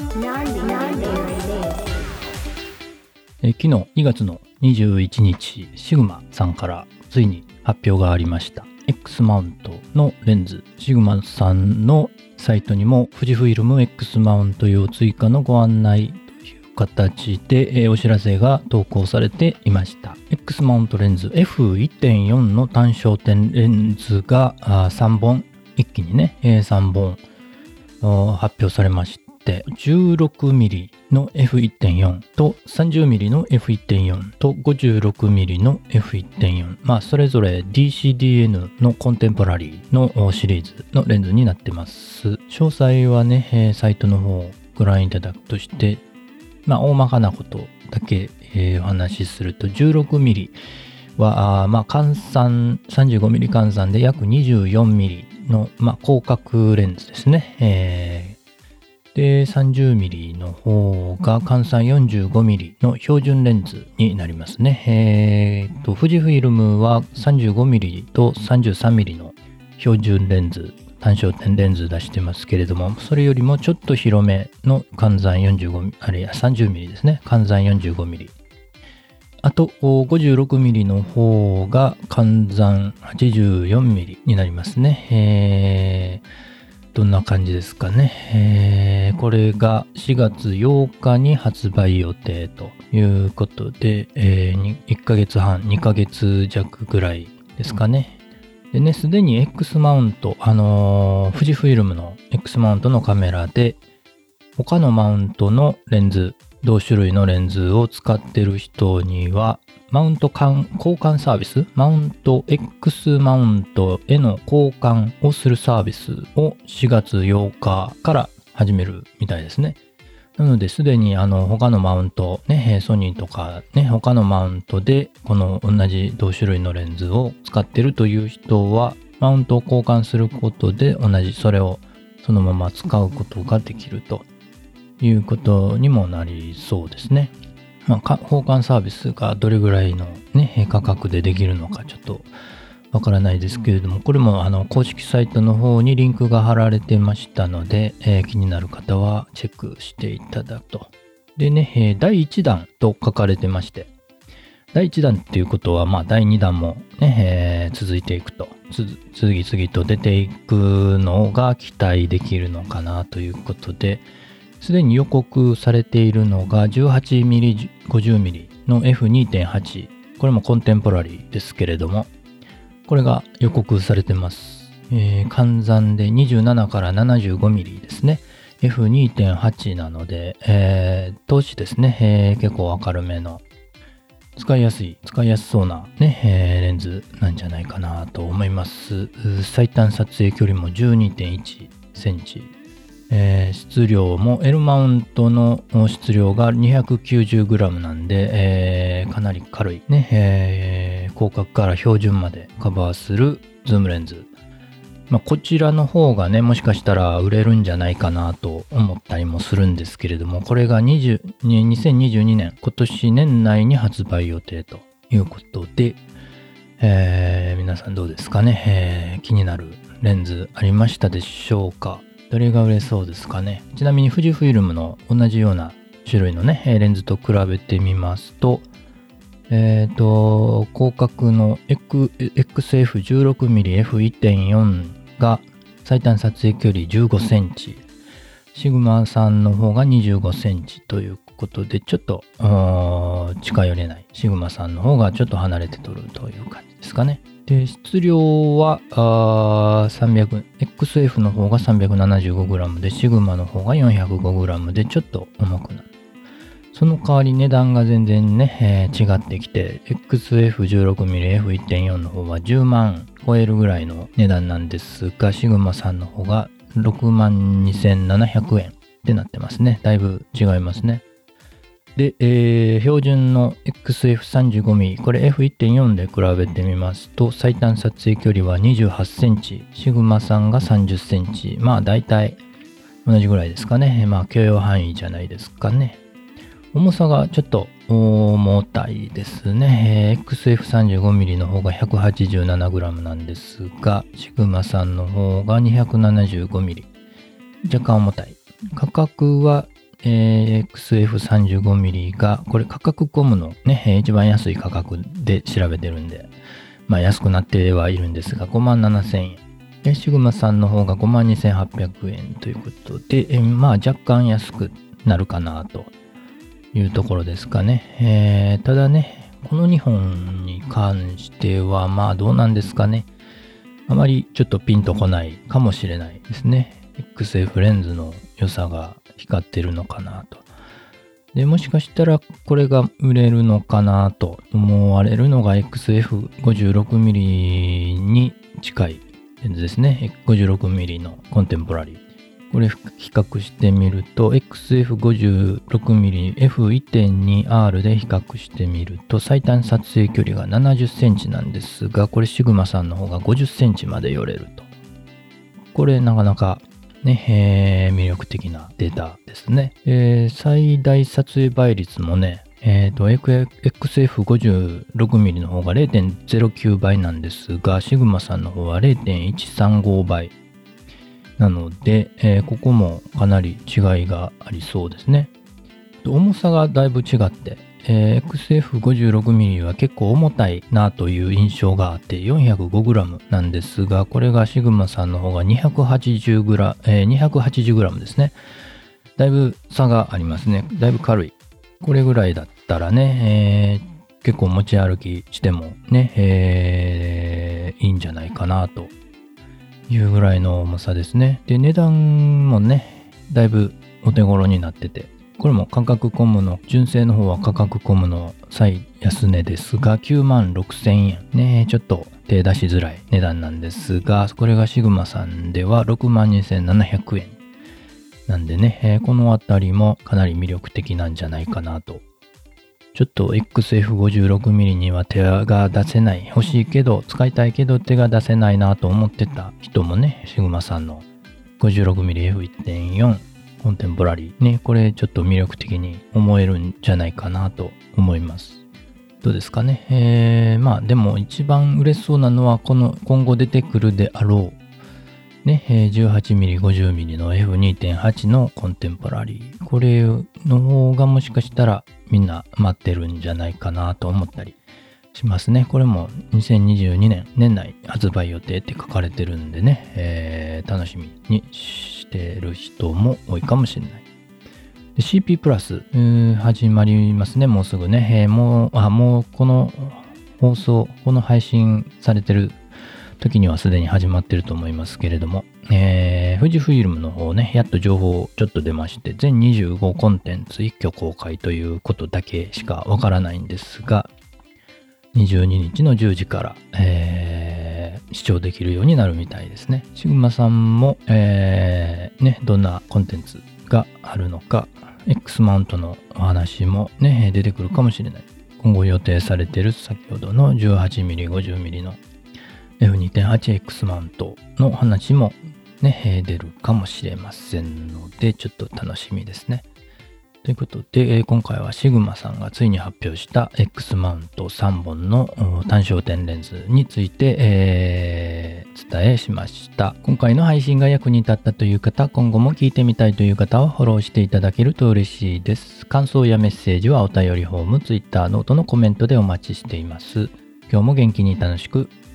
昨日2月の21日、シグマさんからついに発表がありました。X マウントのレンズ、シグマさんのサイトにも富士フイルム X マウント用追加のご案内という形で、お知らせが投稿されていました。X マウントレンズ F1.4 の単焦点レンズが3本、一気にね、3本発表されまして、16mm の F1.4 と 30mm の F1.4 と 56mm の F1.4、それぞれ DCDN のコンテンポラリーのシリーズのレンズになってます。詳細はね、サイトの方をご覧いただくとして、大まかなことだけ、お話しすると 16mm は換算 35mm 換算で約 24mm の、広角レンズですね。で 30mm の方が換算 45mm の標準レンズになりますね。富士フイルムは 35mm と 33mm の標準レンズ、単焦点レンズ出してますけれども、それよりもちょっと広めの換算 45mm、あるいは 30mm ですね。換算 45mm。あと 56mm の方が換算 84mm になりますね。どんな感じですかね。これが4月8日に発売予定ということで、1ヶ月半、2ヶ月弱ぐらいですかね。でね、すでに X マウント、富士フイルムの X マウントのカメラで、他のマウントのレンズ、同種類のレンズを使っている人には、マウント交換サービス、マウント X マウントへの交換をするサービスを4月8日から始めるみたいですね。なので、すでに他のマウント、ね、ソニーとかね、他のマウントでこの同じ同種類のレンズを使っているという人は、マウントを交換することでそれをそのまま使うことができるということにもなりそうですね。交換サービスがどれぐらいの、価格でできるのかちょっとわからないですけれども、これも公式サイトの方にリンクが貼られてましたので、気になる方はチェックしていただくと。でね、第1弾と書かれてまして、第1弾っていうことは、第2弾もね、続いていくと、次々と出ていくのが期待できるのかなということで、すでに予告されているのが 18mm、50mm の F2.8。これもコンテンポラリーですけれども、これが予告されてます。換算で27から 75mm ですね。F2.8 なので、投資ですね、結構明るめの、使いやすそうな、レンズなんじゃないかなと思います。最短撮影距離も 12.1 センチ。質量も L マウントの質量が 290g なんで、かなり軽いね、広角から標準までカバーするズームレンズ。こちらの方がね、もしかしたら売れるんじゃないかなと思ったりもするんですけれども、これが2022年、今年年内に発売予定ということで、皆さんどうですかね、気になるレンズありましたでしょうか。どれが売れそうですかね。ちなみに富士フイルムの同じような種類のね、レンズと比べてみますと、広角の XF16mm F1.4 が最短撮影距離15センチ、シグマさんの方が25センチということで、ちょっと近寄れない。シグマさんの方がちょっと離れて撮るという感じですかね。で、質量はXF の方が 375g で、シグマの方が 405g でちょっと重くなる。その代わり値段が全然ね、違ってきて、XF16mm F1.4 の方は10万超えるぐらいの値段なんですが、シグマさんの方が62,700円ってなってますね。だいぶ違いますね。で、標準の XF35mm、これ F1.4 で比べてみますと、最短撮影距離は28センチ、シグマさんが30センチ、だいたい同じぐらいですかね。許容範囲じゃないですかね。重さがちょっと重たいですね。XF35mm の方が 187g なんですが、シグマさんの方が 275mm。若干重たい。価格は XF35mm が、これ価格コムのね、一番安い価格で調べてるんで、安くなってはいるんですが、57,000円。で、シグマさんの方が52,800円ということで、若干安くなるかなというところですかね。ただね、この2本に関しては、どうなんですかね。あまりちょっとピンとこないかもしれないですね。XF レンズの良さが光ってるのかなと。で、もしかしたらこれが売れるのかなと思われるのが XF56mm に近いレンズですね。56mm のコンテンポラリー。これ比較してみると XF56mm F1.2R で比較してみると最短撮影距離が70センチなんですが、これシグマさんの方が50センチまで寄れると。これなかなかね、魅力的なデータですね。最大撮影倍率もね、XF56mm の方が 0.09 倍なんですが、シグマさんの方は 0.135 倍。なので、ここもかなり違いがありそうですね。重さがだいぶ違って、XF56mm は結構重たいなという印象があって 405g なんですが、これがシグマさんの方が 280g ですね。だいぶ差がありますね。だいぶ軽い。これぐらいだったらね、結構持ち歩きしてもね、いいんじゃないかなというぐらいの重さですね。で、値段もね、だいぶお手頃になってて、これも価格コムの、純正の方は価格コムの最安値ですが、96,000円。ね、ちょっと手出しづらい値段なんですが、これがシグマさんでは62,700円。なんでね、このあたりもかなり魅力的なんじゃないかなと。ちょっと XF56mm には手が出せない、欲しいけど、使いたいけど手が出せないなと思ってた人もね、シグマさんの 56mm F1.4 コンテンポラリーね、これちょっと魅力的に思えるんじゃないかなと思います。どうですかね。でも一番嬉しそうなのは今後出てくるであろうね、18mm、50mm の F2.8 のコンテンポラリー。これの方がもしかしたらみんな待ってるんじゃないかなと思ったりしますね。これも2022年年内発売予定って書かれてるんでね、楽しみにしてる人も多いかもしれない。で CP プラス始まりますね。もうすぐね。もうこの放送、この配信されてる時にはすでに始まってると思いますけれども、富士フイルムの方ね、やっと情報ちょっと出まして、全25コンテンツ一挙公開ということだけしかわからないんですが、22日の10時から、視聴できるようになるみたいですね。シグマさんも、どんなコンテンツがあるのか、X マウントのお話もね、出てくるかもしれない。今後予定されている先ほどの 18mm、50mm の F2.8X マウントの話もね、出るかもしれませんので、ちょっと楽しみですね。ということで、今回はシグマさんがついに発表した X マウント3本の単焦点レンズについて、伝えしました。今回の配信が役に立ったという方、今後も聞いてみたいという方はフォローしていただけると嬉しいです。感想やメッセージはお便りフォーム、Twitter ノートのコメントでお待ちしています。今日も元気に楽しく